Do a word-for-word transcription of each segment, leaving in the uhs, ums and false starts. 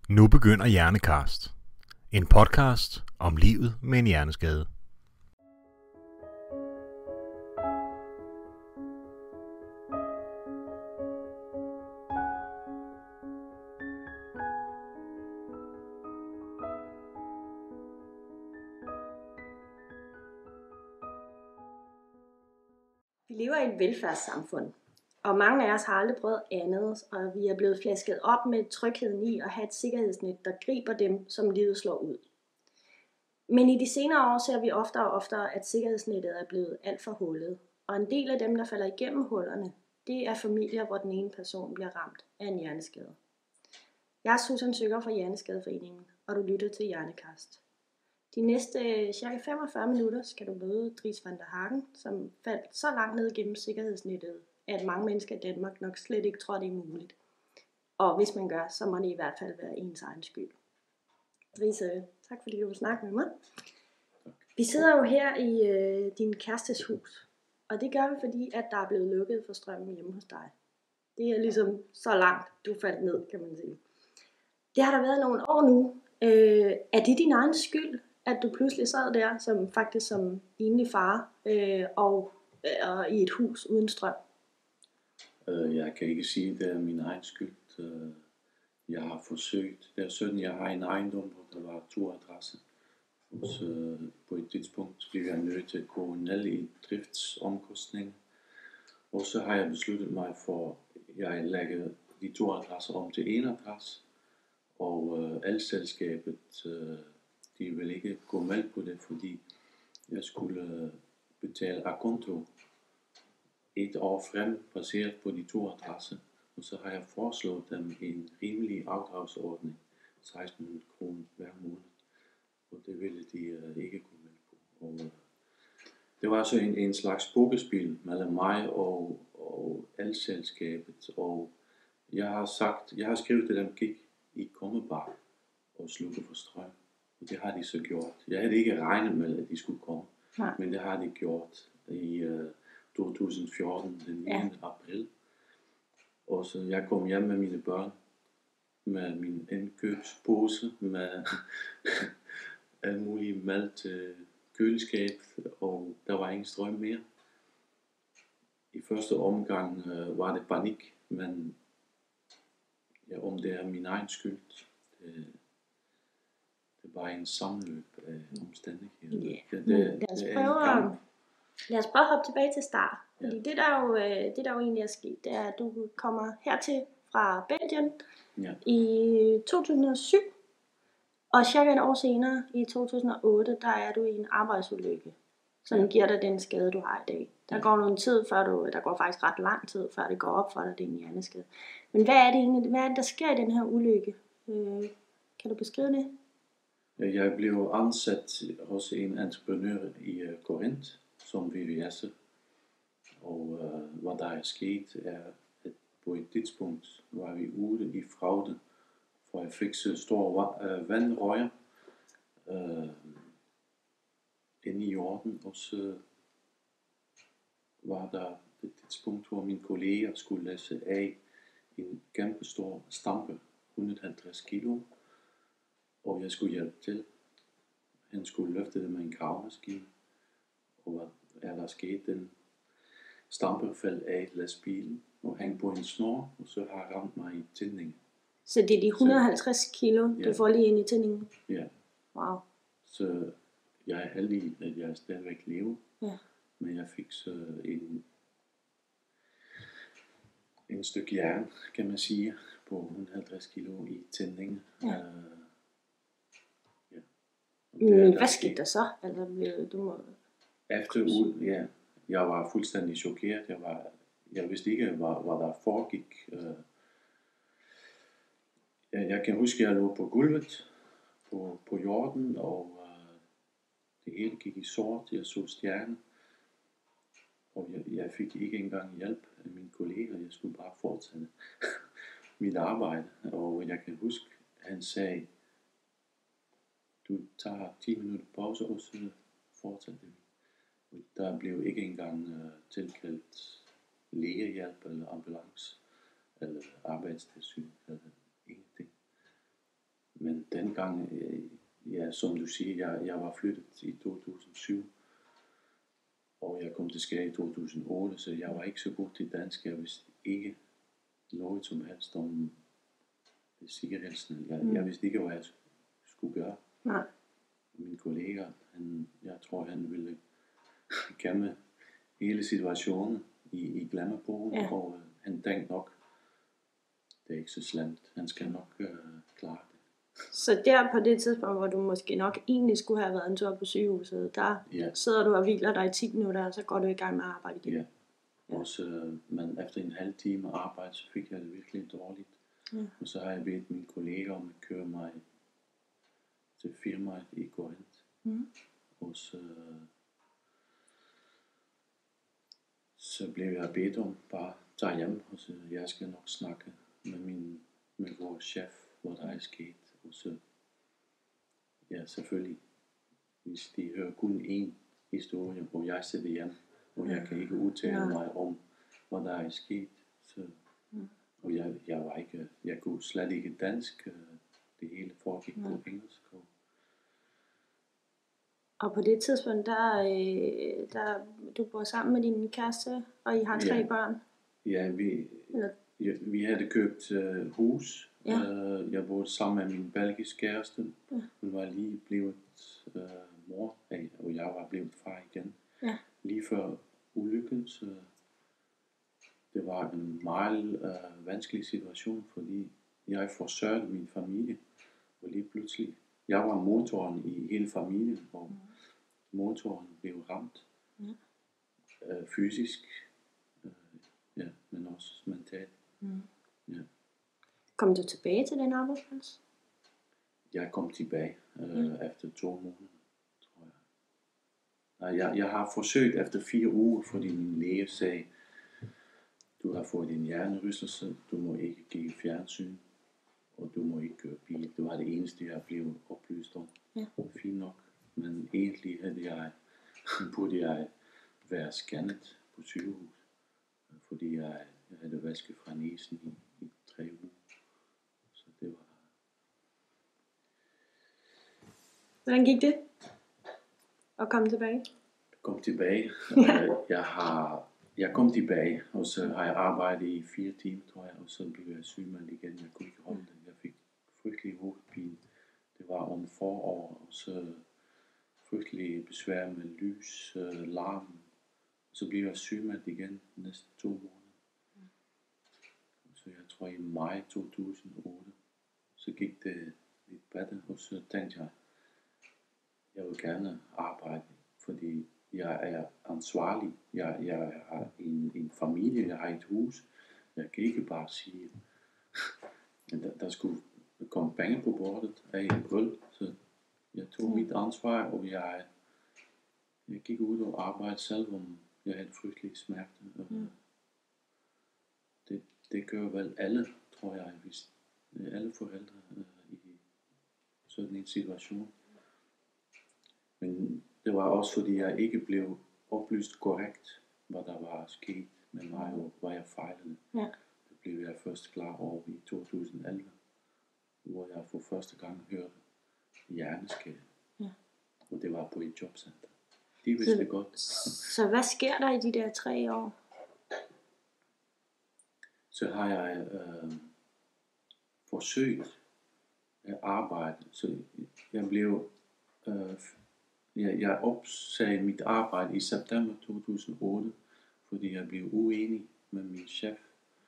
Nu begynder Hjernekast. En podcast om livet med en hjerneskade. Vi lever i et velfærdssamfund, og mange af os har aldrig prøvet andet, og vi er blevet flasket op med trygheden i at have et sikkerhedsnet, der griber dem, som livet slår ud. Men i de senere år ser vi oftere og oftere, at sikkerhedsnettet er blevet alt for hullet, og en del af dem, der falder igennem hullerne, det er familier, hvor den ene person bliver ramt af en hjerneskade. Jeg er Susan Søger fra Hjerneskadeforeningen, og du lytter til Hjernekast. De næste cirka femogfyrre minutter skal du møde Dries van der Hagen, som faldt så langt ned gennem sikkerhedsnettet, at mange mennesker i Danmark nok slet ikke tror, det er muligt. Og hvis man gør, så må det i hvert fald være ens egen skyld. Dries, tak fordi du vil snakke med mig. Vi sidder jo her i øh, din kærestes hus, og det gør vi, fordi at der er blevet lukket for strømmen hjemme hos dig. Det er ligesom så langt, du faldt ned, kan man sige. Det har der været nogle år nu. Øh, er det din egen skyld, at du pludselig sad der som faktisk som enlig far øh, og, øh, og i et hus uden strøm? Uh, jeg kan ikke sige, at det er min egen skyld. Uh, jeg har forsøgt. Det er sådan, jeg har en ejendom, hvor der var to adresser. Så uh, på et tidspunkt blev jeg nødt til at gå ned i driftsomkostninger. Og så har jeg besluttet mig for, at jeg lægger de to adresser om til en adresse. Og uh, elselskabet, uh, de vil ikke gå med på det, fordi jeg skulle uh, betale akonto et år frem, baseret på de to adresser. Og så har jeg foreslået dem en rimelig afdragsordning, seksten hundrede kroner hver måned. Og det ville de uh, ikke gå med på. Og, uh, det var så en, en slags pokerspil mellem mig og, og elselskabet. Og jeg har sagt, jeg har skrevet til dem, gik I komme bare og slukke for strøm. Og det har de så gjort. Jeg havde ikke regnet med, at de skulle komme. Nej. Men det har de gjort i uh, to tusind fjorten, den niende Ja. april. Og så jeg kom hjem med mine børn, med min indkøbspose, med alt muligt mad til køleskab, og der var ingen strøm mere. I første omgang uh, var det panik, men ja, om det er min egen skyld, det, det er bare en sammenløb af omstændigheder. Yeah. Det, det, lad, os det prøve, lad os prøve at hoppe tilbage til start. Ja. Fordi det der, jo, det der jo egentlig er sket, det er, at du kommer hertil fra Belgien Ja. i to tusind og syv. Og cirka et år senere, i to tusind og otte, der er du i en arbejdsulykke, som Ja. giver dig den skade, du har i dag. Der Ja. går nogle tid, før du, der går faktisk ret lang tid, før det går op for dig, det er en hjerneskade. Men hvad er det egentlig, hvad er det, der sker i den her ulykke? Øh, kan du beskrive det? Jeg blev ansat hos en entreprenør i uh, Korinth som V V S'er. Og uh, hvad der er sket er, at på et tidspunkt var vi ude i Fraude for at fikse store uh, vandrøjer uh, inde i jorden. Og så var der et tidspunkt, hvor min kollega skulle læse af en kæmpe stor stampe, et hundrede og halvtreds kilo. Og jeg skulle hjælpe til. Han skulle løfte det med en gravemaskine. Og hvad er der sket? Den stampe faldt af lastbilen og hang på en snor, og så har ramt mig i tændingen. Så det er de et hundrede og halvtreds kilo, Ja. du får lige ind i tændingen? Ja, Wow. så jeg er heldig, at jeg stadigvæk lever. Ja. Men jeg fik så en, en stykke jern, kan man sige, på et hundrede og halvtreds kilo i tændingen. Ja. Uh, ja. Og det er Men der hvad sket. skete der så? Altså, du må... Efter ugen, ja, jeg var fuldstændig chokeret. Jeg var, jeg vidste ikke, hvad, hvad der foregik. Uh, jeg, jeg kan huske, at jeg lå på gulvet på, på jorden, og uh, det hele gik i sort. Jeg så stjerner, og jeg, jeg fik ikke engang hjælp af mine kolleger. Jeg skulle bare fortsætte mit arbejde, og jeg kan huske, at han sagde, du tager ti minutter pause, og så fortsætter vi. Der blev ikke engang uh, tilkaldt lægehjælp eller ambulance eller arbejdstilsyn eller ingenting. Men dengang, øh, ja, som du siger, jeg, jeg var flyttet i to tusind og syv, og jeg kom til Skagen i to tusind og otte, så jeg var ikke så god til dansk. Jeg vidste ikke noget som helst om det sikkerhedsnet. Jeg, mm. jeg vidste ikke, hvad jeg skulle gøre. Nej. Min kollega, han, jeg tror, han ville gemme hele situationen i, i glemmebogen, ja. Og uh, han tænkte nok, det er ikke så slemt. Han skal nok uh, klare det. Så der på det tidspunkt, hvor du måske nok egentlig skulle have været en tur på sygehuset, der ja. sidder du og hviler dig i ti minutter, og så går du i gang med at arbejde igen. Ja. Ja. Og så, men efter en halv time arbejde, så fik jeg det virkelig dårligt. Ja. Og så har jeg bedt min kollega om at køre mig til firmaet i Korinth. Mm. Og så, så blev jeg bedt om bare tage hjem, og så jeg skal nok snakke med, min, med vores chef, hvor der er sket. Og så, ja selvfølgelig, hvis de hører kun én historie, hvor jeg sidder hjemme, og jeg kan ikke udtale ja. mig om, hvad der er sket. Så, mm. Og jeg, jeg var ikke, jeg kunne slet ikke dansk, det hele foregik ja. på engelsk. Og, og på det tidspunkt, der, øh, der du bor sammen med din kæreste, og I har tre ja. børn. Ja, vi, ja, vi havde købt uh, hus. Ja. Uh, jeg boede sammen med min belgiske kæreste. Ja. Hun var lige blevet uh, mor, og jeg var blevet far igen. Ja. Lige før ulykken, så det var en meget uh, vanskelig situation, fordi jeg forsørgede min familie, og lige pludselig, jeg var motoren i hele familien, og mm. motoren blev ramt mm. uh, fysisk, uh, ja, men også mentalt. Mm. Ja. Kom du tilbage til den arbejdsplads? Jeg kom tilbage uh, mm. efter to måneder, tror jeg. Nej, jeg. Jeg har forsøgt efter fire uger, fordi min læge sagde, du har fået en hjernerystelse, du må ikke give fjernsyn, og du må ikke køre bil. Det var det eneste, jeg blev oplyst om. Ja. Fint nok, men egentlig havde jeg, burde jeg være scannet på sygehus, fordi jeg, jeg havde vasket fra næsen i, i tre uger. Så det var... Hvordan gik det? Og kom tilbage? Kom tilbage. Ja. Jeg har... Jeg kom tilbage, og så har jeg arbejdet i fire timer, tror jeg, og så blev jeg sygemeldt igen. Jeg kunne ikke holde det. Jeg fik frygtelig hovedpine. Det var om forår, og så frygtelig besvær med lys, øh, larm. Så blev jeg sygemeldt igen næsten to måneder. Så jeg tror i maj to tusind og otte, så gik det lidt bedre, og så tænkte jeg, jeg vil gerne arbejde, fordi jeg er ansvarlig. Jeg, jeg har en, en familie, jeg har et hus. Jeg kan ikke bare sige, der, der skulle komme penge på bordet af en brød. Så jeg tog mit ansvar, og jeg, jeg gik ud og arbejdede selv, om jeg havde frygtelig smerte. Mm. Det, det gør vel alle, tror jeg, hvis alle forældre uh, i sådan en situation. Men det var også fordi jeg ikke blev oplyst korrekt, hvad der var sket med mig, og hvad jeg fejlede. Ja. Det blev jeg først klar over i to tusind og elleve, hvor jeg for første gang hørte hjerneskade. Ja. Og det var på et jobcenter. De vidste så, det godt. Så hvad sker der i de der tre år? Så har jeg øh, forsøgt at arbejde. Så jeg blev... Øh, Jeg, jeg opsagde mit arbejde i september to tusind og otte, fordi jeg blev uenig med min chef.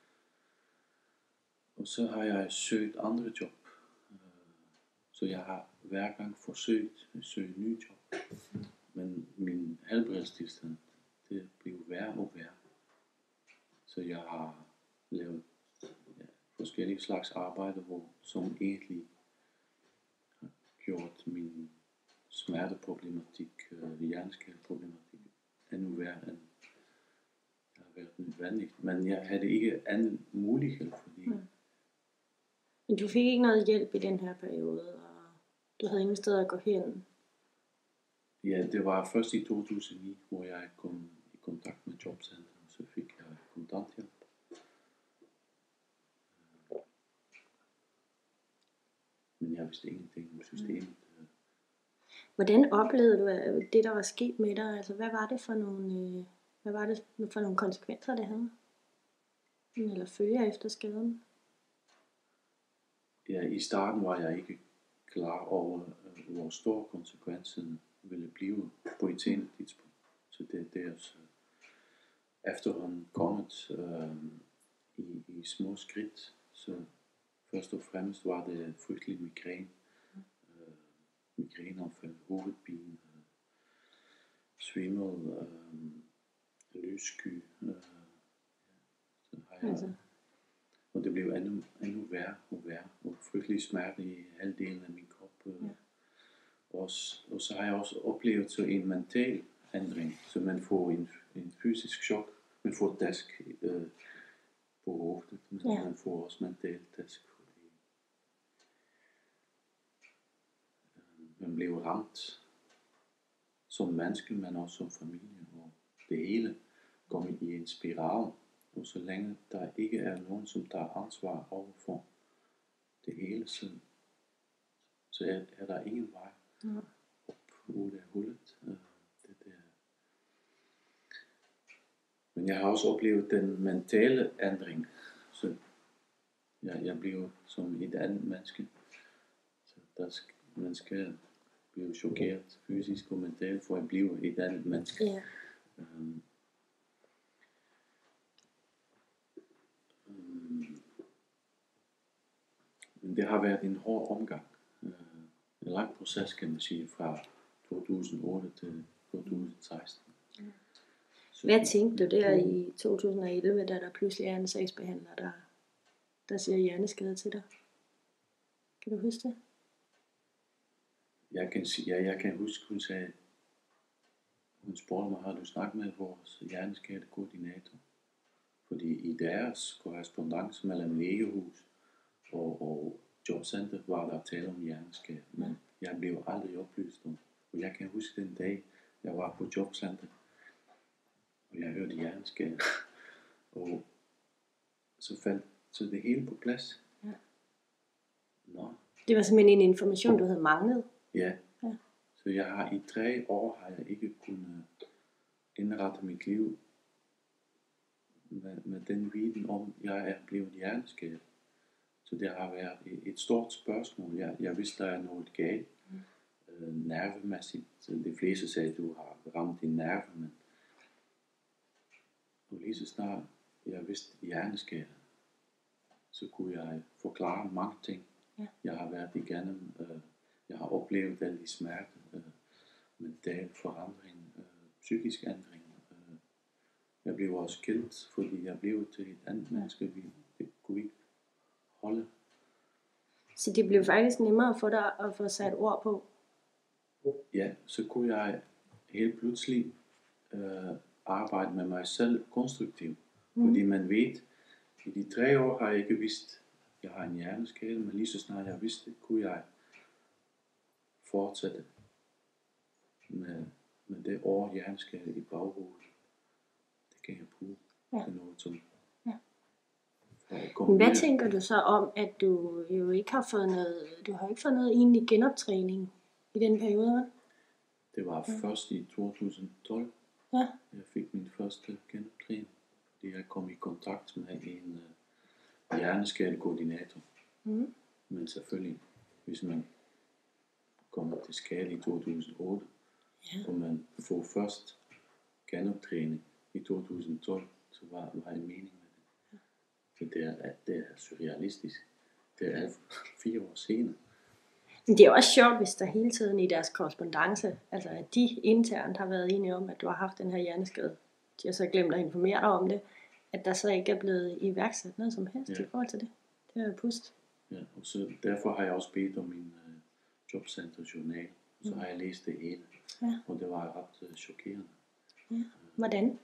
Og så har jeg søgt andre job. Så jeg har hver gang forsøgt at søge nye job. Men min helbredstilstand, det blev værre og værre. Så jeg har lavet ja, forskellige slags arbejde, hvor, som egentlig har gjort min smerteproblematik, øh, hjerneskadeproblematik endnu værre end det har været nødvendigt. Men jeg havde ikke anden mulighed, fordi... Mm. Men du fik ikke noget hjælp i den her periode, og du havde ingen sted at gå hen? Ja, det var først i to tusind og ni, hvor jeg kom i kontakt med jobcenteret, så fik jeg kontanthjælp. Men jeg vidste ingenting om systemet. Hvordan oplevede du det, der var sket med dig? Altså, hvad var det for nogle, hvad var det for nogle konsekvenser, det havde? Eller følger efter skaden? Ja, i starten var jeg ikke klar over, hvor store konsekvenserne ville blive på et senere tidspunkt. Så det, det er så efterhånden kommet øh, i, i små skridt. Så først og fremmest var det frygtelig migræne. Øh, migræneanfald, hovedpine, øh, svimmel, øh, lyssky. Øh, så har jeg, Altså. Og det blev endnu, endnu værre og værre, og frygtelig smerte i halvdelen af min krop. Øh. Ja. Og, og så har jeg også oplevet så en mental ændring, så man får en, en fysisk chok, man får dask øh, på hovedet, men Ja. man får også mental dask, fordi øh, man bliver ramt som menneske, men også som familie, og det hele kommer i en spiral, og så længe der ikke er nogen, som tager ansvar overfor det hele, så, så er, er der ingen vej Ja. op ud af hullet. Øh, det der. Men jeg har også oplevet den mentale ændring, så jeg, jeg bliver som et andet menneske. Så der skal, man skal blive chokeret fysisk og mentalt, for at blive et andet menneske. Ja. Um, um, men det har været en hård omgang. Uh, en lang proces, kan man sige, fra to tusind og otte til to tusind og seksten. Ja. Hvad tænkte du der i to tusind og elleve, da der pludselig er en sagsbehandler, der, der siger hjerneskade til dig? Kan du huske det? Jeg kan, sige, ja, jeg kan huske, hun sagde, hun spurgte mig, har du snakket med vores hjerneskadekoordinator? Fordi i deres korrespondance mellem lægehus og, og jobcenter var der tale om hjerneskade, men jeg blev aldrig oplyst om. Og jeg kan huske den dag, jeg var på jobcenter, og jeg hørte hjerneskade, og så faldt så det hele på plads. Ja. Nå. Det var simpelthen en information, du havde manglet. Ja. Ja. Så jeg har i tre år har jeg ikke kunnet indrette mit liv med, med den viden om, jeg er blevet hjerneskadet. Så det har været et, et stort spørgsmål. Jeg, jeg vidste, der er noget galt. Mm. Øh, nervemæssigt. De fleste sagde, at du har ramt din nerve, men og lige så snart jeg vidste hjerneskade, så kunne jeg forklare mange ting. Ja. Jeg har været igennem, øh, jeg har oplevet alle de smerte, øh, mental forandring, øh, psykisk ændring. Øh. Jeg blev også skilt, fordi jeg blev til et andet menneske, vi det kunne ikke holde. Så det blev faktisk nemmere for dig at få sat ord på? Ja, så kunne jeg helt pludselig øh, arbejde med mig selv konstruktivt. Mm. Fordi man ved, i de tre år har jeg ikke vidst, jeg har en hjerneskade, men lige så snart jeg vidste, kunne jeg fortsætte med, med det år hjerneskade i baghovedet. Det kan jeg bruge ja. til noget som... Ja. Men hvad tænker du så om, at du jo ikke har fået noget, du har ikke fået noget egentlig genoptræning i den periode? Det var ja. først i to tusind og tolv, ja. jeg fik min første genoptræning, fordi jeg kom i kontakt med en uh, hjerneskadekoordinator. Mm. Men selvfølgelig, hvis man kommer til skade i to tusind og otte, ja. og man får først genoptræning i to tusind og tolv, så var, var jeg mening med det. Ja. Så det er, det er surrealistisk. Det er fire år senere. Men det er også sjovt, hvis der hele tiden i deres korrespondance, altså at de internt har været enige om, at du har haft den her hjerneskade. De har så glemt at informere dig om det, at der så ikke er blevet iværksat noget som helst ja. i forhold til det. Det er jo pust. Ja, og så derfor har jeg også bedt om min uh, jobcenterjournal. Så mm. har jeg læst det hele, ja. og det var ret uh, chokerende. Ja. Hvordan?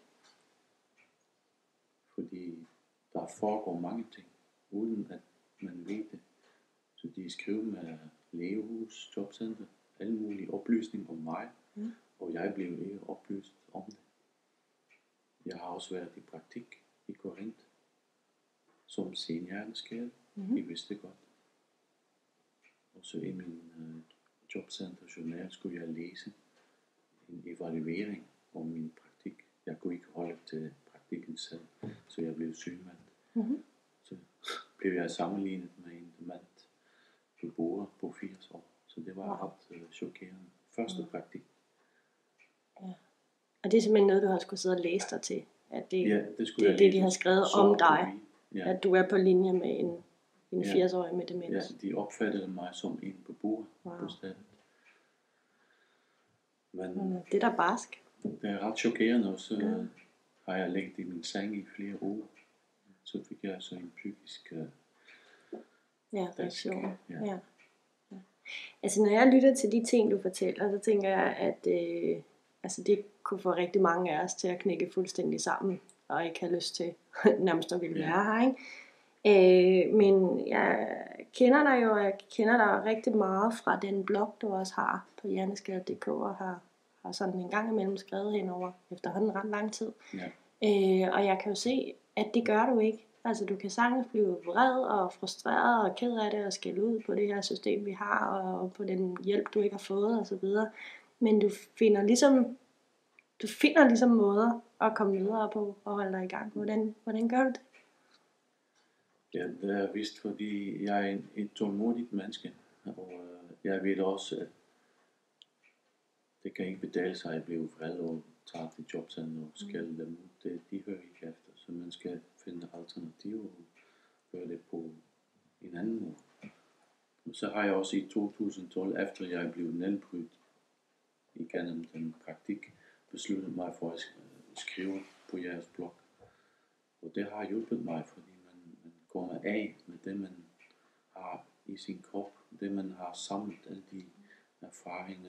Fordi der foregår mange ting, uden at man ved det. Så de skriver med lægehus, jobcenter, alle mulige oplysninger om mig, mm. og jeg blev ikke oplyst om det. Jeg har også været i praktik i Korinth som senhjerneskade. Mm-hmm. I vidste godt. Og så i min øh, jobcenterjournal skulle jeg læse en evaluering om min praktik. Jeg kunne ikke holde til praktikken selv, så jeg blev sygemeldt. Mm-hmm. Så blev jeg sammenlignet med en dement beboer på firs år. Så det var Wow. ret øh, chokerende. Første Mm. praktik. Ja. Og det er simpelthen noget, du har skulle sidde og læse dig til, at det, Ja, det skulle det er jeg det, læse. de har skrevet Så om på dig, hvid. Ja. at du er på linje med en, en Ja. firs-årig med Ja, demens. de opfattede mig som en beboer Wow. på stedet. Men Mm, det er da barsk. det er ret chokerende, og så Ja. har jeg ligget i min seng i flere uger. Så fik jeg så en psykisk øh, Ja, reaktion. Ja. Ja. Ja. Altså når jeg lytter til de ting, du fortæller, så tænker jeg, at øh, altså, det kunne få rigtig mange af os til at knække fuldstændig sammen, og ikke have lyst til nærmest at ville Ja. være her, ikke? Øh, men jeg kender dig jo, og jeg kender dig rigtig meget fra den blog, du også har på hjerneskade punktum d k, og har, har sådan en gang imellem skrevet henover efterhånden ret lang tid. Ja. Øh, og jeg kan jo se, at det gør du ikke. Altså du kan sagtens blive vred og frustreret og ked af det og skælde ud på det her system vi har og på den hjælp du ikke har fået og så videre. Men du finder ligesom du finder ligesom måder at komme videre på og holde dig i gang. Hvordan, hvordan gør du det? Ja, det er vist, fordi jeg er en, et tålmodigt menneske, og øh, jeg ved også, at det kan ikke betale sig at blive vred og tage til jobcenter og skælde dem ud. Det, de hører ikke efter, så man skal finde alternativer og gøre det på en anden måde. Og så har jeg også i to tusind og tolv, efter jeg blev nedbrudt igennem den praktik, besluttet mig for at skrive på jeres blog. Og det har hjulpet mig, fordi man, man kommer af med det, man har i sin krop, det man har samlet, alle de erfaringer.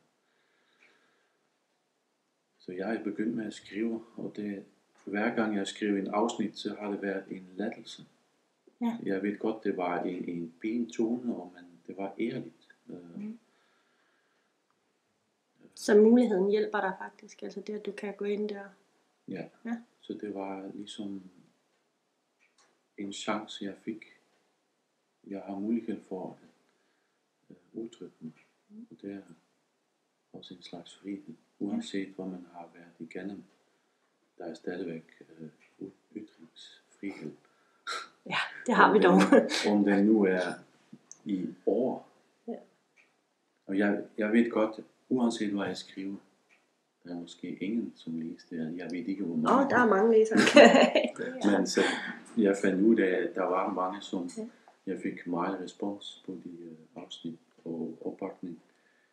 Så jeg er begyndt med at skrive, og det, hver gang jeg skriver en afsnit, så har det været en lettelse. Ja. Jeg ved godt, det var en, en pæn tone, og man, det var ærligt. Mm. Så muligheden hjælper dig faktisk, altså det at du kan gå ind der. Ja. Ja. Så det var ligesom en chance, jeg fik. Jeg har mulighed for at uh, udtrykke mig. Mm. Og det er også en slags frihed. Uanset hvad man har været igennem, der er stadigvæk uh, ytringsfrihed. Ja, det har vi dog. Om den nu er i år. Ja. Og jeg, jeg ved godt, uanset hvad jeg skriver, der er måske ingen, som læser det. Jeg ved ikke, hvor mange. Åh, oh, der er mange læsere. Ja. Men så jeg fandt ud af, at der var mange, som Ja. jeg fik meget respons på de uh, afsnit og opbakning.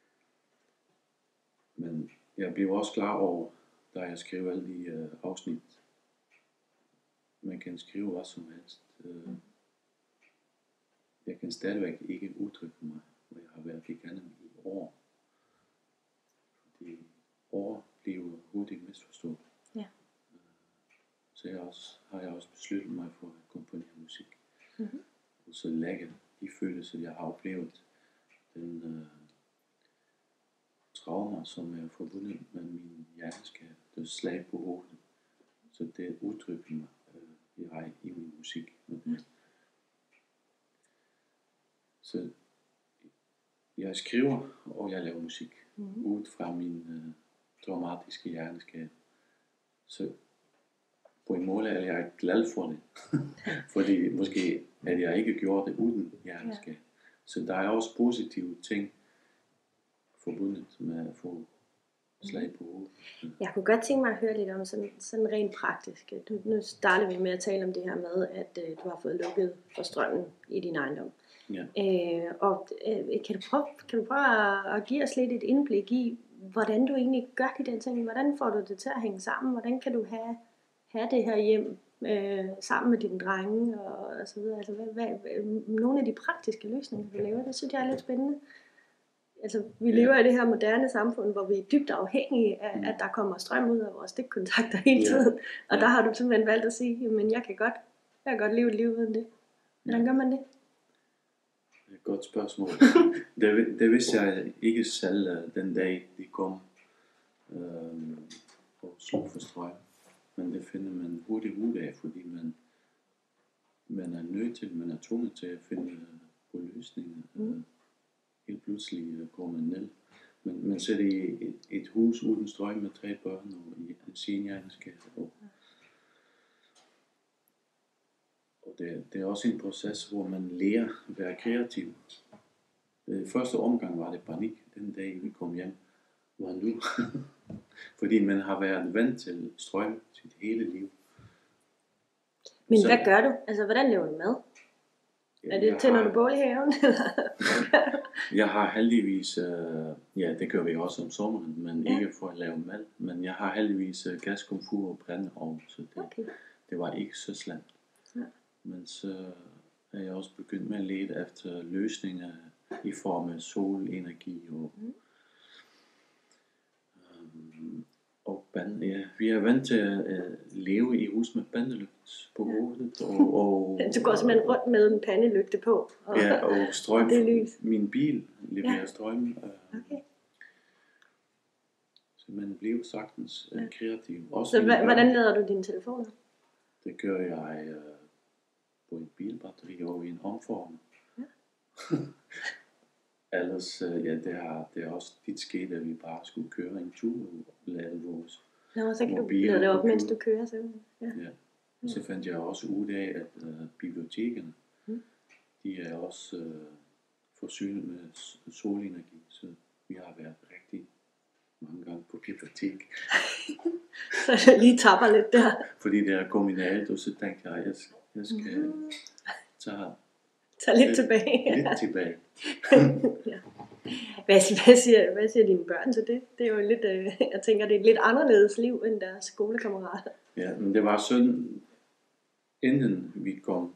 Men jeg blev også klar over, da jeg skrev alle de uh, afsnit, man kan skrive hvad som helst. Uh, jeg kan stadigvæk ikke udtrykke mig, hvad jeg har været igennem i år. Fordi år bliver hurtigt misforstået. Ja. Uh, så jeg også, har jeg også besluttet mig for at komponere musik. Mm-hmm. Og så lægge de følelser, jeg har oplevet, den uh, traumer, som er forbundet med min hjerneskade, det slag på hovedet. Så det udtrykker mig uh, jeg i min musik. Mm. Så jeg skriver, og jeg laver musik Mm-hmm. ud fra min uh, traumatiske hjerneskade. Så på en måde er jeg glad for det. Fordi måske at jeg ikke gjort det uden hjerneskade. Ja. Så der er også positive ting forbundet med at få slag på hovedet. Jeg kunne godt tænke mig at høre lidt om sådan, sådan rent praktisk. Nu, nu starter vi med at tale om det her med, at øh, du har fået lukket for strømmen i din ejendom. Ja. Øh, og øh, kan, du prøve, kan du prøve at, at give os lidt et indblik i, hvordan du egentlig gør de der ting? Hvordan får du det til at hænge sammen? Hvordan kan du have, have det her hjem øh, sammen med dine drenge og, og så videre? Altså, hvad, hvad, hvad, nogle af de praktiske løsninger, du laver, det synes jeg er lidt spændende. Altså, vi lever ja. i det her moderne samfund, hvor vi er dybt afhængige af, mm. at der kommer strøm ud af vores stikkontakter hele tiden. Ja. Og ja. der har du simpelthen valgt at sige, men jeg kan godt, jeg kan godt leve et liv uden det. Hvordan ja. gør man det? Det er et godt spørgsmål. det, det vidste jeg ikke selv den dag, de kom øh, og slog for strøm. Men det finder man hurtigt ud af, fordi man, man er nødt til, man er tvunget til at finde på løsninger. Mm. helt pludselig øh, går man ned. Men man sætter i et, et hus uden strøm med tre børn og i en seniorskab. Og, og det, det er også en proces, hvor man lærer at være kreativ. Øh, første omgang var det panik, den dag vi kom hjem. Hvor nu? Fordi man har været vant til strøm sit hele liv. Men Så- hvad gør du? Altså, hvordan laver du mad? Er det Jeg tænder har- du bål i haven? Jeg har heldigvis, øh, ja det gør vi også om sommeren, men Ja. ikke for at lave mad. Men jeg har heldigvis øh, gaskomfur og brændeovn, så det, Okay. det var ikke så slemt. Ja. Men så er jeg også begyndt med at lede efter løsninger i form af solenergi og, Mm. øhm, og band, ja. Vi er vant til at øh, leve i hus med bandelygt på Ja. hovedet. Og, og, Du går simpelthen rundt med en pandelygte på. Og... Ja, og strøm. Og det er lys. Min bil leverer Ja. strøm. Øh, Okay. Så man bliver sagtens øh, Ja. kreativ. Også Så mine hva- børn. hvordan lader du dine telefoner? Det gør jeg øh, på en bilbatteri og i en omformer. Ja. Ellers, øh, ja, det har, det er også tit sket, at vi bare skulle køre en tur og lade vores. Nå, så kan du Mobil lade det og op, mens du computer. kører simpelthen. Ja. Ja. Og så fandt jeg også ud af, at øh, bibliotekerne, Mm. de er også øh, forsynet med s- solenergi, så vi har været rigtig mange gange på bibliotek. Så jeg lige tapper lidt der. Fordi det er kommunalt, og så tænkte jeg, at jeg skal, jeg skal Mm. tage Tag lidt Lidt- tilbage. lidt tilbage. Ja. Hvad, hvad, siger, hvad siger dine børn til det? Det er jo lidt, øh, jeg tænker, det er et lidt anderledes liv end deres skolekammerater. Ja, men det var sådan, inden vi kom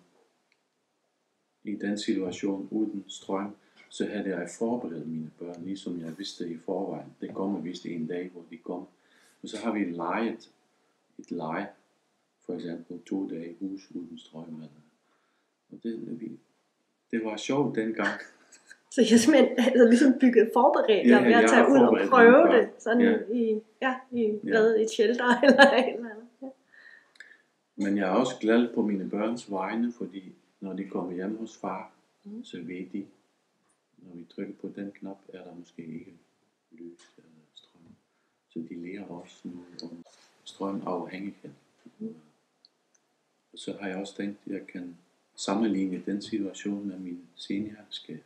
i den situation uden strøm, så havde jeg forberedt mine børn, ligesom jeg vidste i forvejen. Det kommer vist en dag, hvor de kommer. Og så har vi lejet et leje, for eksempel to dage i hus uden strøm. Eller. Og det, vi, det var sjovt dengang. Så jeg simpelthen havde ligesom bygget forberedt Ja, jer ved at jeg tage har ud og forberedt prøve mine børn. det. Sådan Ja. i, ja, i hvad, et shelter eller et eller andet. Ja. Men jeg er også glad på mine børns vegne, fordi når de kommer hjem hos far, Mm. så ved de, når vi trykker på den knap, er der måske ikke lys eller strøm. Så de lærer også noget om strømafhængighed. Mm. Og så har jeg også tænkt, at jeg kan sammenligne den situation med min seniorskab.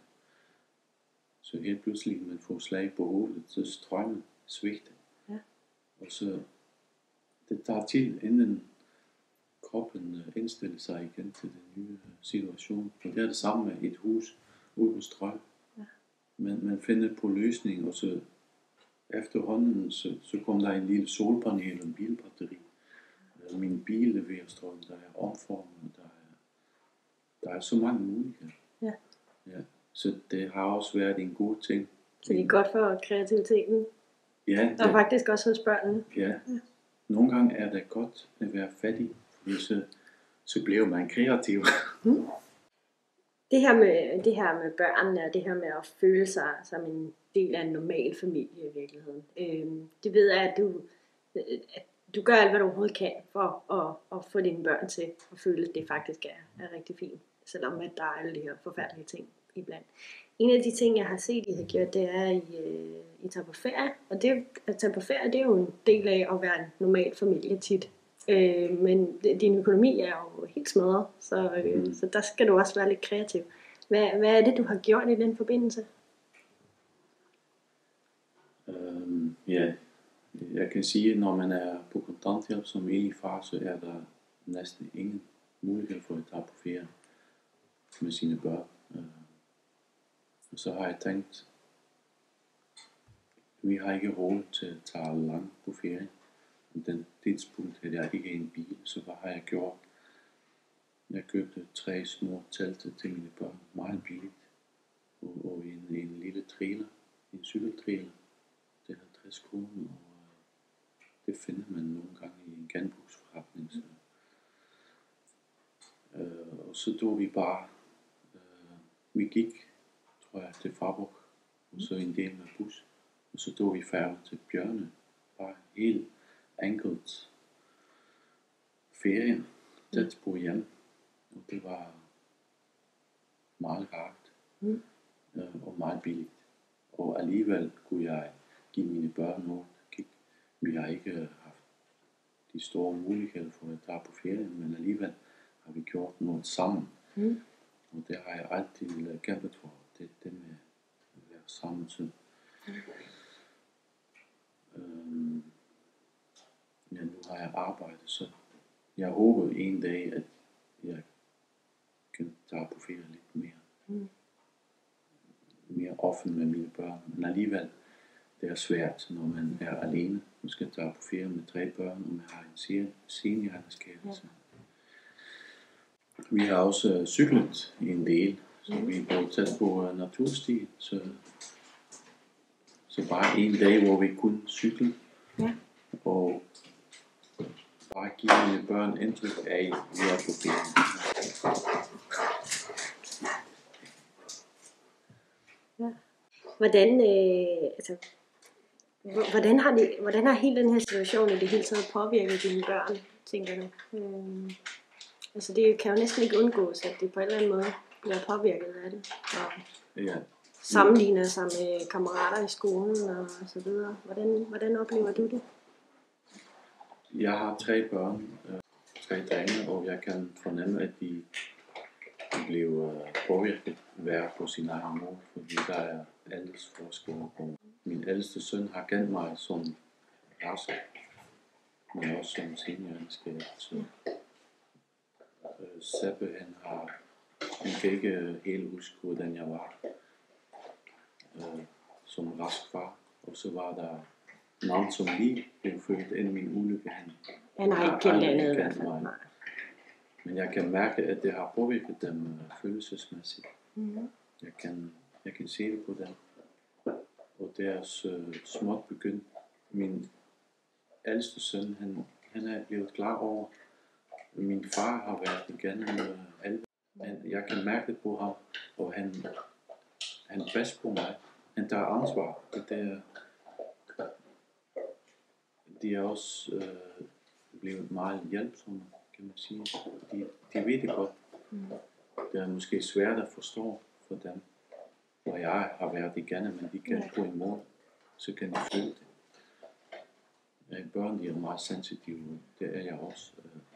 Så helt pludselig man får slag på hovedet, så strømmen svigter. Ja. Og så det tager tid, inden kroppen øh, indstiller sig igen til den nye øh, situation. Og det er det samme med et hus uden strøm. Ja. Men man finder på løsning, og så efterhånden, så, så kom der en lille solpanel og en bilbatteri. Øh, Min bil leverer strøm, der er omformet, der er, der er så mange muligheder. Ja. Ja. Så det har også været en god ting. Så det er godt for kreativiteten. Ja, Og det, faktisk også hos børnene. ja. Nogle gange er det godt at være fattig, fordi så, så bliver man kreativ. Det her med, det her med børnene og det her med at føle sig som en del af en normal familie i virkeligheden. Øhm, det ved jeg, at du, at du gør alt, hvad du overhovedet kan for at, at få dine børn til at føle, at det faktisk er, er rigtig fint. Selvom at der er alle de her forfærdelige ting iblandt. En af de ting, jeg har set, I har gjort, det er, at I, øh, I tager på ferie. Og det, at tage på ferie, det er jo en del af at være en normal familie tit. Øh, men din økonomi er jo helt smadret, så, øh, Mm. så der skal du også være lidt kreativ. Hvad, hvad er det, du har gjort i den forbindelse? Øhm, ja, jeg kan sige, at når man er på kontanthjælp som enlig far, så er der næsten ingen mulighed for at tage på ferie med sine børn. Øh, og så har jeg tænkt, vi har ikke råd til at tage langt på ferie. På den tidspunkt havde jeg ikke en bil, så hvad har jeg gjort? Jeg købte tre små telte til mine børn, meget billigt, og, og en, en lille trailer, en cykeltrailer. Det er halvtreds kroner, og øh, det finder man nogle gange i en genbrugsforretning. Så. Øh, og så tog vi bare, øh, vi gik, tror jeg, til Faaborg, og så en del med bus, og så tog vi færgen til Bjørne, bare helt enkelt ferie, tæt på hjem, og det var meget rart. Mm. øh, og meget billigt. Og alligevel kunne jeg give mine børn noget. Kig, vi har ikke haft de store muligheder for at tage på ferien, men alligevel har vi gjort noget sammen. Mm. Og det har jeg altid kæmpet for, det, det med at være sammen tid. Mm. Øhm, ja, nu har jeg arbejdet, så jeg håber en dag, at jeg kan tage på ferie lidt mere. Mm. Mere offent med mine børn, men alligevel, det er svært, når man er alene. Man skal tage på ferie med tre børn, og man har en seniorskabelse. Ja. Vi har også cyklet en del, så vi er blevet tæt på naturstien, så, så bare en dag, hvor vi kun cykle, ja. Og bare give mine børn indtryk af, at vi er på ferie. Ja. Hvordan, øh, altså, hvordan, har det, hvordan har hele den her situation i det hele taget påvirket dine børn, tænker du? Øh, altså det kan jo næsten ikke undgås, at det på en eller anden måde bliver påvirket af det. Og ja. Sammenligner sig med kammerater i skolen og så videre. Hvordan, hvordan oplever du det? Jeg har tre børn, øh, tre drenge, og jeg kan fornemme, at de bliver påvirket hver på sin egen måde, fordi der er aldersforskel. Og min ældste søn har kendt mig som rask, men også som seniorskab. Så øh, Seppe, han har, han kan ikke helt huske, hvordan jeg var øh, som rask far. Og så var der navn som lige blev født inden min ulykke. Han, han har ikke kendt andet i hvert fald. Men jeg kan mærke, at det har påvirket dem uh, følelsesmæssigt. Mm-hmm. Jeg, kan, jeg kan se det på dem. Og deres uh, småt begyndt. Min ældste søn, han, han er blevet klar over, at min far har været igennem uh, helvede. Jeg kan mærke det på ham, og han, han passer på mig. Han tager ansvar. Det er, de er også uh, blevet meget hjælpsomme, kan man sige. De, de ved det godt. Mm. Det er måske svært at forstå for dem, hvor jeg har været igennem, men de kan på en måde, så kan de føle det. Ja, børn, de er meget sensitive, det er jeg også.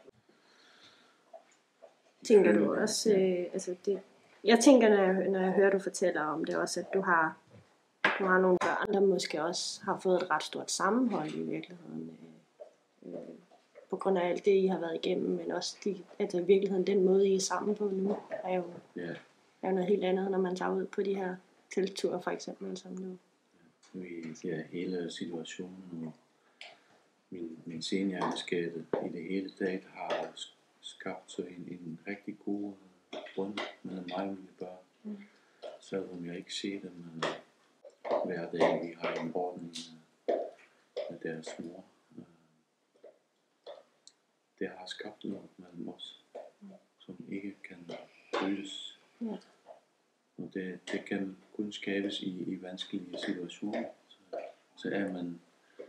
Tænker du også, øh, altså det, jeg tænker, når jeg, når jeg hører, du fortæller om det også, at du har, du har nogle børn, der måske også har fået et ret stort sammenhold i virkeligheden. Øh, øh, på grund af alt det, I har været igennem, men også de, altså i virkeligheden den måde, I er sammen på nu, er jo, yeah. er jo noget helt andet, når man tager ud på de her teltture for eksempel, som nu. Ja, hele situationen og min, min seniorskab i det hele taget har skabt så en, en rigtig god grund mellem mig og mine børn. Mm. Selvom jeg ikke ser dem uh, hver dag, vi har en ordning uh, med deres mor. Det har skabt noget mellem os, som ikke kan brydes. Ja. Og det, det kan kun skabes i, i vanskelige situationer. Så, så er man,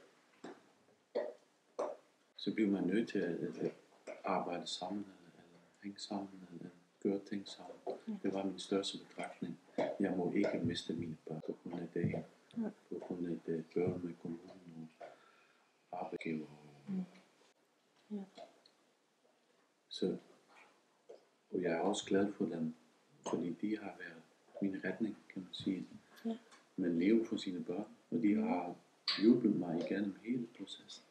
så bliver man nødt til at, at arbejde sammen, eller, eller hænge sammen, eller gøre ting sammen. Ja. Det var min største betragtning. Jeg må ikke miste mine børn på grund af det her. Ja. På grund af det børn med kommunen og arbejdsgiver. Mm. Ja. Så, og jeg er også glad for dem, fordi de har været min retning, kan man sige. Ja. Man lever for sine børn, og de har hjulpet mig igennem hele processen.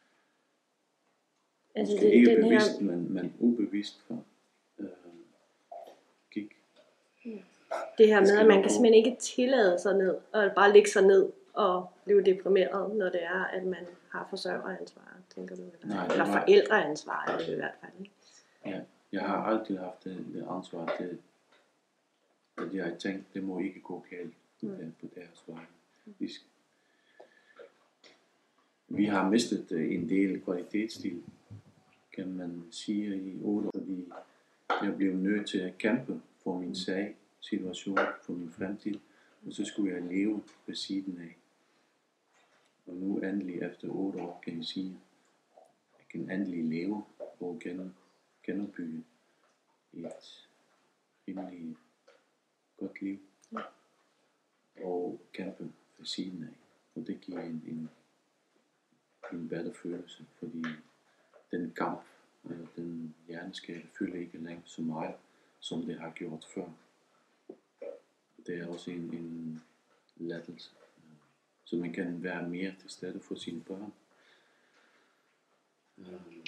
Altså det, ikke den bevidst, her... men, men ubevidst for øh, gik. Ja. Det her med, at man kan simpelthen ikke tillade sig ned, og bare ligge sig ned og blive deprimeret, når det er, at man har forsørgeransvar, tænker du? Eller, Nej, eller var... forældreansvar er det i hvert fald, ikke? Ja, jeg har altid haft det, det ansvar til, at jeg har tænkt, det må ikke gå galt mm. på deres vej. Vi, vi har mistet en del kvalitetsstil, kan man sige, i otte år, fordi jeg blev nødt til at kæmpe for min sag, situation, for min fremtid, og så skulle jeg leve ved siden af. Og nu endelig efter otte år kan jeg sige, at jeg kan endelig leve og gen, genopbygge et rimelig godt liv. og kæmpe ved siden af. Og det giver en, en, en bedre følelse, fordi den kamp, øh, den hjerneskade fylder ikke længere så meget, som det har gjort før. Det er også en, en lettelse, øh, så man kan være mere til stede for sine børn. Øh.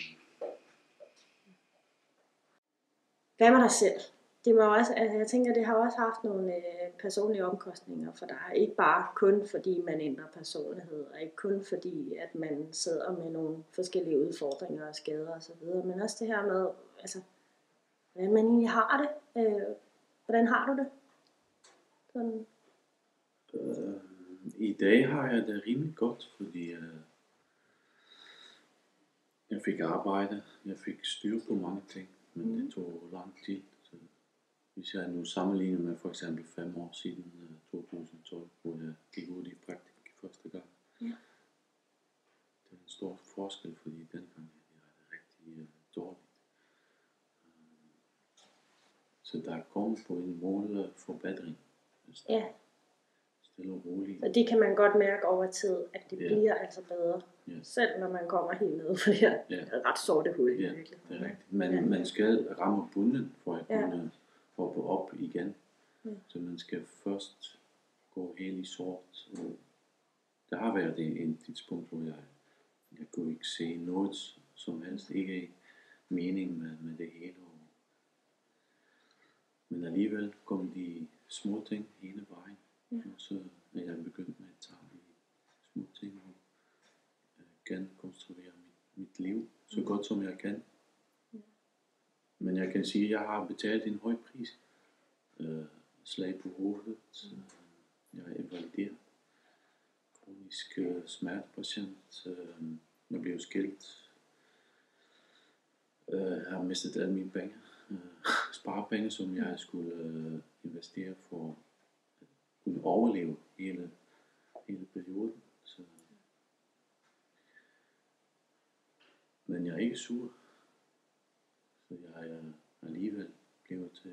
Hvad med dig selv? Det må også, altså jeg tænker, det har også haft nogle øh, personlige omkostninger for dig. Ikke bare kun fordi man ændrer personlighed, og ikke kun fordi, at man sidder med nogle forskellige udfordringer og skader osv., men også det her med, altså, hvordan man egentlig har det. Øh, hvordan har du det? Sådan. Øh, I dag har jeg det rimelig godt, fordi øh, jeg fik arbejde, jeg fik styr på mange ting, men mm. det tog lang tid. Så hvis jeg nu sammenligner med for eksempel fem år siden, to tusind og tolv, hvor jeg gik ud i praktik første gang. Ja. Det er en stor forskel, fordi den gang jeg havde det rigtig uh, dårligt. Um, så der kom på en måde forbedring. Ja. Stille og roligt. Og det kan man godt mærke over tid, at det Ja. bliver altså bedre. Ja. Selv når man kommer helt ned for det her ja. ret sorte hul. Ja, det er rigtigt. Man, ja. man skal ramme bunden for at kunne ja. hoppe op igen. Ja. Så man skal først gå helt i sort. Og der har været en tidspunkt, hvor jeg, jeg kunne ikke se noget som helst. Ikke mening med, med det hele. Men alligevel kom de små ting hele vejen. Ja. Og så er jeg begyndt med at tage de små ting og uh, genkonstruere mit, mit liv så mm. godt som jeg kan. Ja. Men jeg kan sige, at jeg har betalt en høj pris. Uh, slag på hovedet. Mm. Uh, jeg er invalideret. Kronisk uh, smertepatient. Uh, jeg blev skilt. Uh, jeg har mistet alle mine penge. Uh, sparepenge, som jeg skulle uh, investere for at kunne overleve hele, hele perioden. Så. Men jeg er ikke sur. Så jeg er alligevel blevet til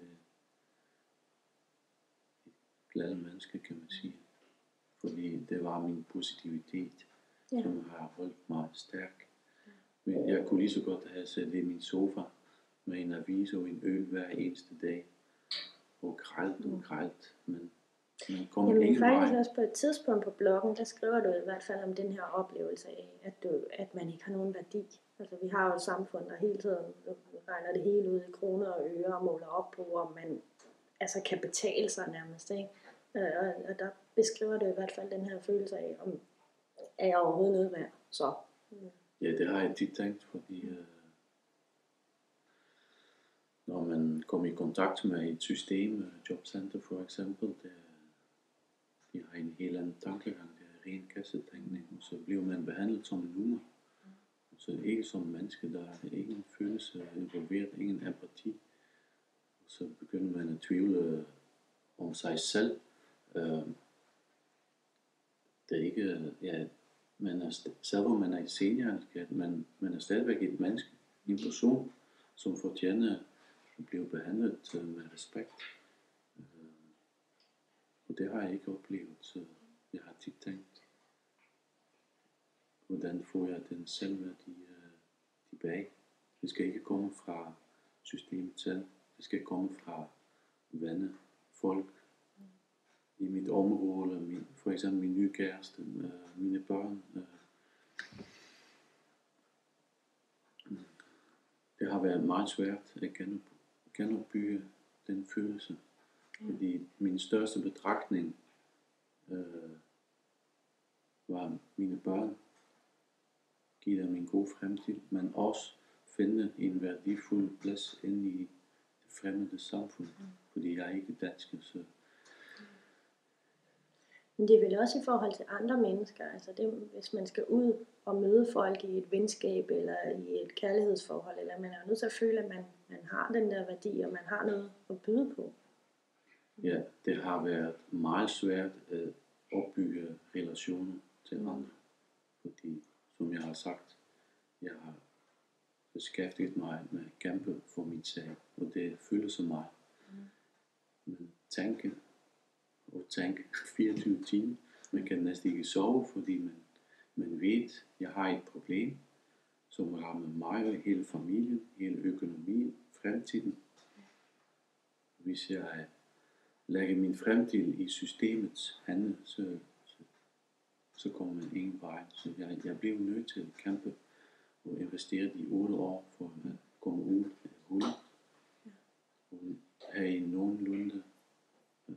et glad menneske, kan man sige. Fordi det var min positivitet, ja. som har holdt mig stærk. Men jeg kunne lige så godt have siddet i min sofa med en avis og en øl hver eneste dag. Og grælt og grælt, men man kommer Jamen, ingen faktisk vej. også på et tidspunkt på bloggen, der skriver du i hvert fald om den her oplevelse af, at, du, at man ikke har nogen værdi. Altså vi har jo et samfund, der hele tiden regner det hele ud i kroner og øre og måler op på, om man altså kan betale sig nærmest. Ikke? Og, og der beskriver du i hvert fald den her følelse af, om er jeg overhovedet noget værd. Så. Ja, det har jeg tit tænkt, fordi øh, når man kommer i kontakt med et system, jobcenter for eksempel, det, de har en helt anden tankegang, det er ren kassetænkning, og så bliver man behandlet som en nummer. Så ikke som menneske, der er ingen følelse involveret, ingen empati. Og så begynder man at tvivle om sig selv. Uh, det er ikke, ja, man er, selvom man er et seniorhandicap, man, man er stadigvæk et menneske, en person, som fortjener at blive behandlet uh, med respekt. Uh, og det har jeg ikke oplevet, så jeg har tit tænkt, hvordan får jeg den selvværdi uh, tilbage? Det skal ikke komme fra systemet selv, det skal komme fra venner, folk, i mit område, min, for eksempel min nye kæreste, øh, mine børn. Øh. Det har været meget svært at genop, genopbygge den følelse, mm. fordi min største betragtning øh, var mine børn, give dem en god fremtid, men også finde en værdifuld plads inde i det fremmede samfund, mm. fordi jeg er ikke dansk, så men det er vel også i forhold til andre mennesker, altså det, hvis man skal ud og møde folk i et venskab eller i et kærlighedsforhold, eller man er nødt til at føle, at man, man har den der værdi, og man har noget at byde på. Ja, det har været meget svært at opbygge relationer til andre, fordi som jeg har sagt, jeg har beskæftiget mig med at kæmpe for mit sag, og det føles så meget. Mm. Men tanken og tænke fireogtyve timer. Man kan næsten ikke sove, fordi man, man ved, at jeg har et problem, som rammer mig og hele familien, hele økonomien, fremtiden. Hvis jeg lægger min fremtid i systemets hænder, så, så, så kommer man ingen vej. Så jeg, jeg bliver nødt til at kæmpe og investere de otte år for at komme ud af hullet. Og have en nogenlunde øh,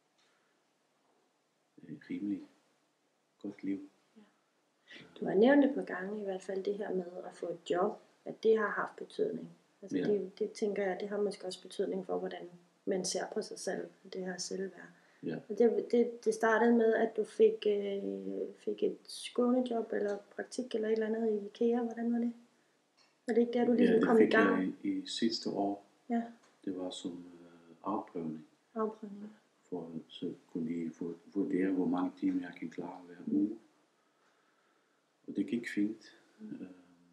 rimelig godt liv. Du har nævnt et par gange i hvert fald det her med at få et job, at det har haft betydning. Altså Ja. det, det tænker jeg, det har måske også betydning for, hvordan man ser på sig selv, det her selvværd. Ja. Og det, det, det startede med, at du fik, øh, fik et skånejob eller praktik eller et eller andet i IKEA. Hvordan var det? Var det ikke der, du ligesom Ja, det kom i fik gang? jeg i, i sidste år. Ja, Det var som øh, afprøvning, afprøvning. for så kunne de vu- vurdere, hvor mange timer jeg kan klare hver uge. Og det gik fint. Mm. Øh,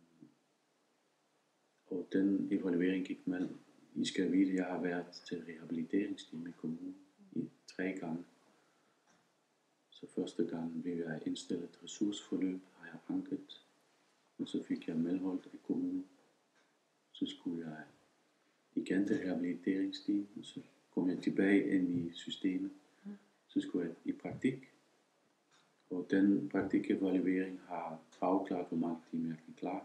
og den evaluering gik med. I skal vide, at jeg har været til rehabiliteringsteam i kommunen i tre gange. Så første gang blev jeg indstillet et ressourceforløb, har jeg anket. Og så fik jeg medholdt i kommunen. Så skulle jeg igen til rehabiliteringsteam, og så kom jeg tilbage ind i systemet. Så skulle jeg i praktik. Og den praktikevaluering har afklaret, hvor mange timer jeg kan klare.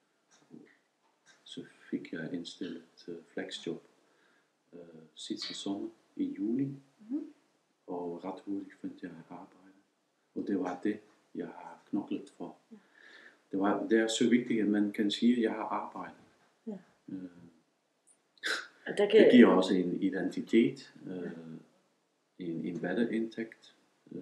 Så fik jeg indstillet til flexjob øh, sidste sommer i juli. Mm-hmm. Og ret hurtigt fandt jeg arbejde. Og det var det, jeg har knoklet for. Ja. Det, var, det er så vigtigt, at man kan sige, at jeg har arbejdet. Ja. Øh, Og der kan, det giver også en identitet, øh, en, en bedre indtægt. Øh,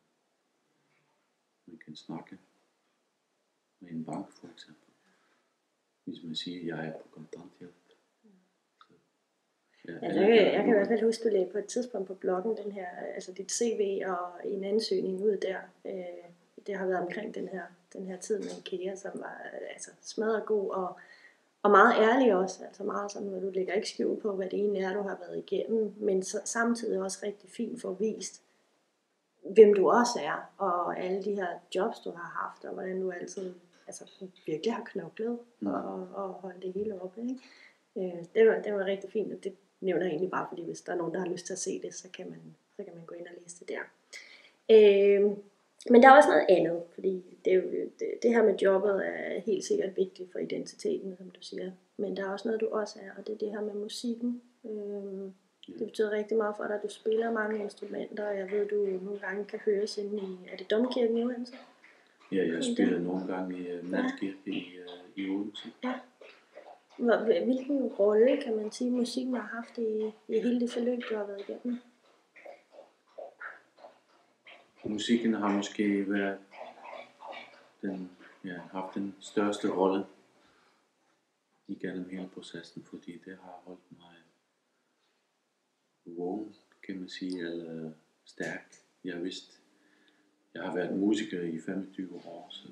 man kan snakke med en bank for eksempel. Hvis man siger, at jeg er på kontanthjælp. Så, ja, altså, jeg, kan, jeg kan i hvert fald huske, at du lagde på et tidspunkt på bloggen, den her, altså dit C V og en ansøgning ud der. Øh, det har været omkring den her, den her tid med IKEA, som var altså, smadret god og, og meget ærlig også. Altså meget sådan, at du lægger ikke skjul på, hvad det egentlig er, du har været igennem, men så, samtidig også rigtig fint for at vise, hvem du også er, og alle de her jobs, du har haft, og hvordan du altid altså, virkelig har knoklet Mm. og, og holdt det hele oppe. Ikke? Øh, det, var, det var rigtig fint, og det nævner jeg egentlig bare, fordi hvis der er nogen, der har lyst til at se det, så kan man, så kan man gå ind og læse det der. Øh, men der er også noget andet, fordi det, er jo, det, det her med jobbet er helt sikkert vigtigt for identiteten, som du siger. Men der er også noget, du også er, og det er det her med musikken. Øh, det betyder rigtig meget for dig, at du spiller mange instrumenter, og jeg ved, du nogle gange kan høres inde i, er det Domkirken i Odense? Ja, jeg spiller nogle gange i uh, natkirke i, uh, i Odense. Ja. Hvor- Hvilken rolle, kan man sige, musikken har haft i, i hele det forløb, du har været igennem? Musikken har måske været den, ja, haft den største rolle igennem hele processen, fordi det har holdt mig vågen, kan man sige, eller stærk. Jeg vidste, jeg har været musiker i femogtyve år, så,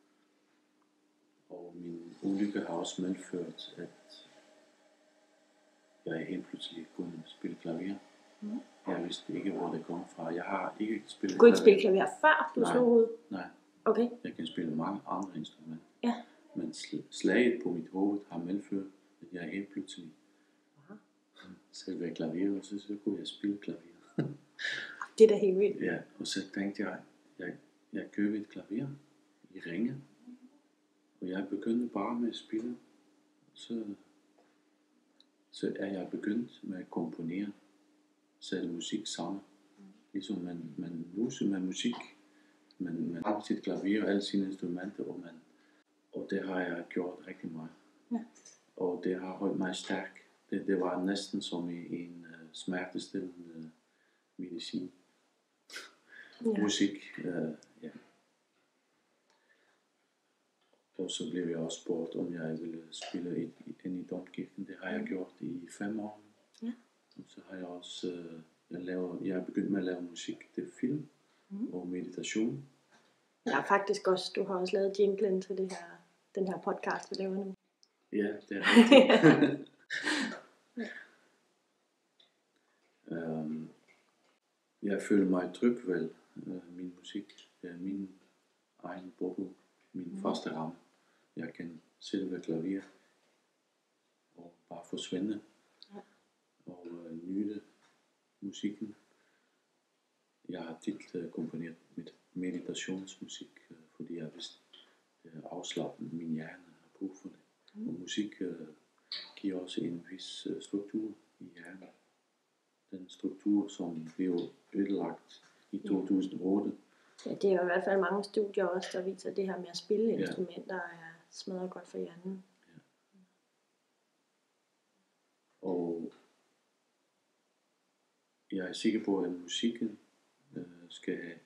og min ulykke har også medført, at jeg helt pludselig kunne spille klaver. Mm. Jeg vidste ikke, hvor det kom fra. Jeg har ikke spillet Du kunne ikke spille klaver før, du Nej. slog hovedet? Nej, Okay. jeg kan spille mange andre instrumenter. Ja. Men sl- slaget på mit hoved har medført, at jeg helt pludselig Aha. selv klaver, og så, så kunne jeg spille klaver. Det er da helt vildt. Ja, og så tænkte jeg, jeg, jeg købte et klaver i Ringe, og jeg begyndte bare med at spille. Så, så er jeg begyndt med at komponere, sætte musik sammen. Ligesom man, man nuser med musik, man, man har sit klaver og alle sine instrumenter, og, man, og det har jeg gjort rigtig meget. Ja. Og det har holdt mig stærk. Det, det var næsten som i en uh, smertestillende medicin. Ja. Musik, uh, ja. Og så blev jeg også spurgt, om jeg ville spille ind i Domkirken. Det har jeg gjort i fem år. Ja. Og så har jeg også uh, jeg, laver, jeg er begyndt med at lave musik til film Mm. og meditation. Ja, faktisk også, du har også lavet jinglen til det her, den her podcast, vi laver nu. Ja, det er rigtigt. um, Jeg føler mig tryg vel. Øh, min musik, det er min egen boble, min mm. faste ramme. Jeg kan sidde ved klaver og bare forsvinde ja. og øh, nyde musikken. Jeg har tit øh, komponeret med meditationsmusik, øh, fordi jeg vidste, det er afslappende, min hjerne har brug for det. Mm. Og musik øh, giver også en vis øh, struktur i hjernen. Den struktur, som blev ødelagt i to tusind og otte. Ja, det er jo i hvert fald mange studier også, der viser, at det her med at spille ja. instrumenter er smadret godt for hjernen. Ja. Og jeg er sikker på, at musikken øh, skal have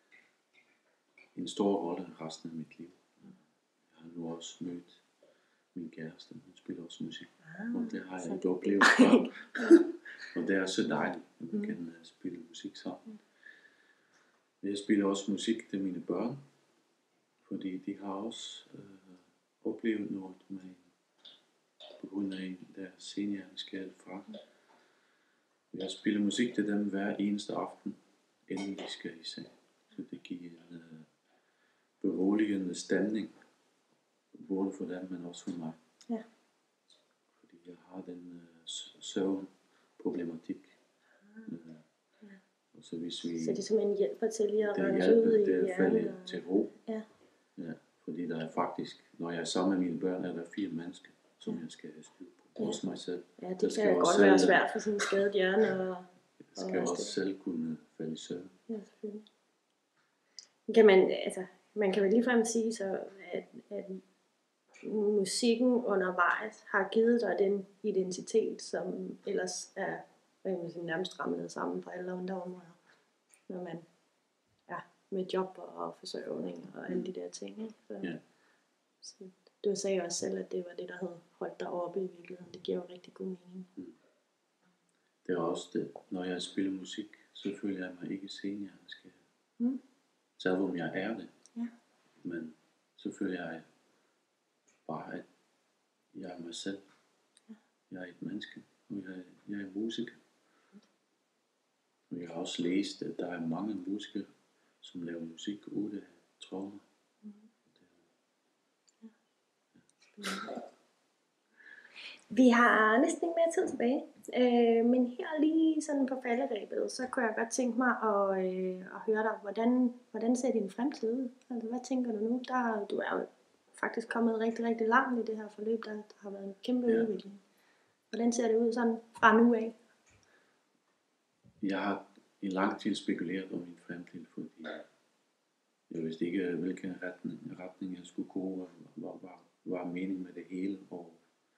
en stor rolle resten af mit liv. Jeg har nu også mødt min kæreste, hun spiller også musik. Ah, og det har jeg ikke oplevet før. Og det er så dejligt, at man mm. kan uh, spille musik sammen. Mm. Jeg spiller også musik til mine børn, fordi de har også uh, oplevet noget med en, på grund af en der senhjerneskade fra. Mm. Jeg spiller musik til dem hver eneste aften, inden de skal i seng. Så det giver en uh, beroligende stemning, både for dem, men også for mig. Ja. Fordi jeg har den uh, søvnproblematik. Ah. Uh, ja. Og så hvis vi... Så det er simpelthen hjælper til lige at rense ud i hjernen? Det er faldet til ro. Ja. Ja. Fordi der er faktisk, når jeg er sammen med mine børn, er der fire mennesker, som ja. jeg skal have styr på. Ja. Også mig selv. Ja, det kan godt selv, være svært for sådan en skadet hjerne. Og, jeg skal og også det. selv kunne falde i søvn. Ja, selvfølgelig. Kan man, altså, man kan vel ligefrem sige så, at, at musikken undervejs har givet dig den identitet, som ellers er nærmest ramlet sammen på alle andre områder, når man ja, med job og forsørgning og alle de der ting. Ikke? Så, ja. så du sagde også selv, at det var det, der havde holdt dig oppe i virkeligheden. Det giver jo rigtig god mening. Mm. Det er også det, når jeg spiller musik, så føler jeg mig ikke senhjerneskade. Mm. Selvom jeg er det. Ja. Men så føler jeg bare, at jeg er mig selv. Ja. Jeg er et menneske, og jeg, jeg er musiker. Og jeg har også læst, at der er mange musikere, som laver musik ude af traumer. Mm. Ja. Ja. Vi har næsten ikke mere tid tilbage, øh, men her lige sådan på falderebet, så kunne jeg godt tænke mig at, øh, at høre dig, hvordan, hvordan ser din fremtid ud? Altså, hvad tænker du nu? Der, du er jo faktisk kommet rigtig, rigtig langt i det her forløb, der, der har været en kæmpe ja. udvikling. Hvordan ser det ud sådan fra nu af? Jeg har i lang tid spekuleret om min fremtid, fordi jeg vidste ikke, hvilken retning, retning jeg skulle gå, og hvad var, var meningen med det hele. Og,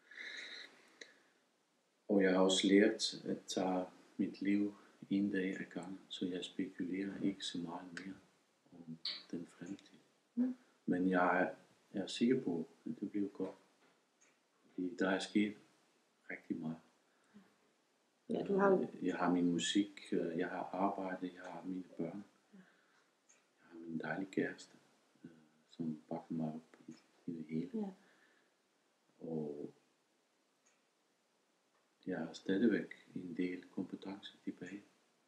og jeg har også lært at tage mit liv en dag ad gangen, så jeg spekulerer ikke så meget mere om den fremtid. Mm. Men jeg er, jeg er sikker på, at det bliver godt, fordi der er sket rigtig meget. Ja, du har... Jeg har min musik, jeg har arbejde, jeg har mine børn. Jeg har min dejlige kæreste, som bakker mig op i, i det hele. Ja. Og jeg har stadigvæk en del kompetencer tilbage.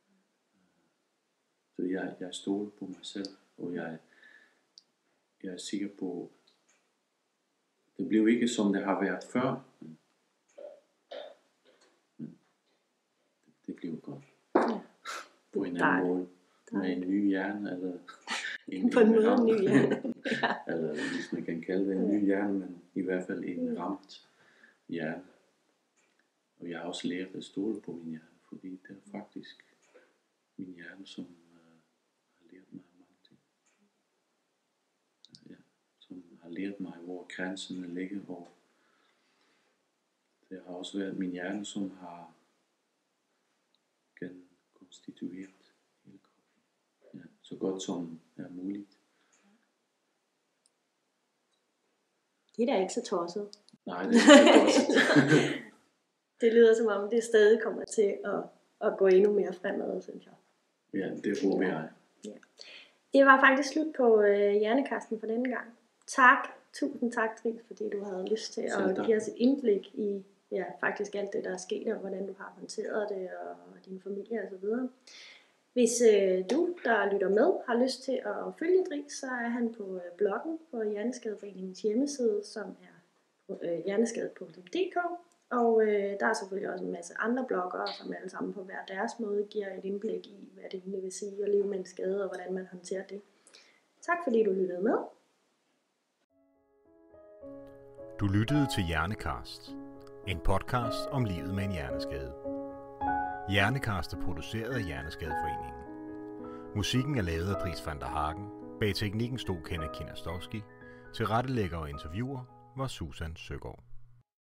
Så jeg, jeg stoler på mig selv, og jeg, jeg er sikker på, det bliver ikke som det har været før. Det bliver godt. Ja. På en anden måde. Med en ny hjerne, eller en, på en måde en ny hjerne. Ja. Eller hvis man kan kalde det en ny hjerne, men i hvert fald en ramt hjerne. Og jeg har også lært at stole på min hjerne, fordi det er faktisk min hjerne, som uh, har lært mig mange ting. Ja, som har lært mig, hvor grænserne ligger, og det har også været min hjerne, som har konstitueret hele kroppen. Ja, så godt som er muligt. Det er da ikke så tosset. Nej, det er ikke så tosset. Det lyder som om, det stadig kommer til at, at gå endnu mere fremad, synes jeg. Ja, det håber jeg. Ja. Det var faktisk slut på øh, Hjernekasten for denne gang. Tak, tusind tak, Dries, fordi du havde lyst til at give os et indblik i ja, faktisk alt det, der er sket, og hvordan du har håndteret det, og din familie og så videre. Hvis øh, du, der lytter med, har lyst til at følge Dris, så er han på øh, bloggen på Hjerneskadeforeningens hjemmeside, som er på øh, hjerneskade punktum d k. Og øh, der er selvfølgelig også en masse andre bloggere, som alle sammen på hver deres måde giver et indblik i, hvad det egentlig vil sige at leve med en skade, og hvordan man håndterer det. Tak fordi du lyttede med. Du lyttede til Hjernekast, en podcast om livet med en hjerneskade. Hjernekast er produceret af Hjerneskadeforeningen. Musikken er lavet af Dries van der Hagen. Bag teknikken stod Kenneth Kinastowski. Tilrettelægger og interviewer var Susan Søgaard.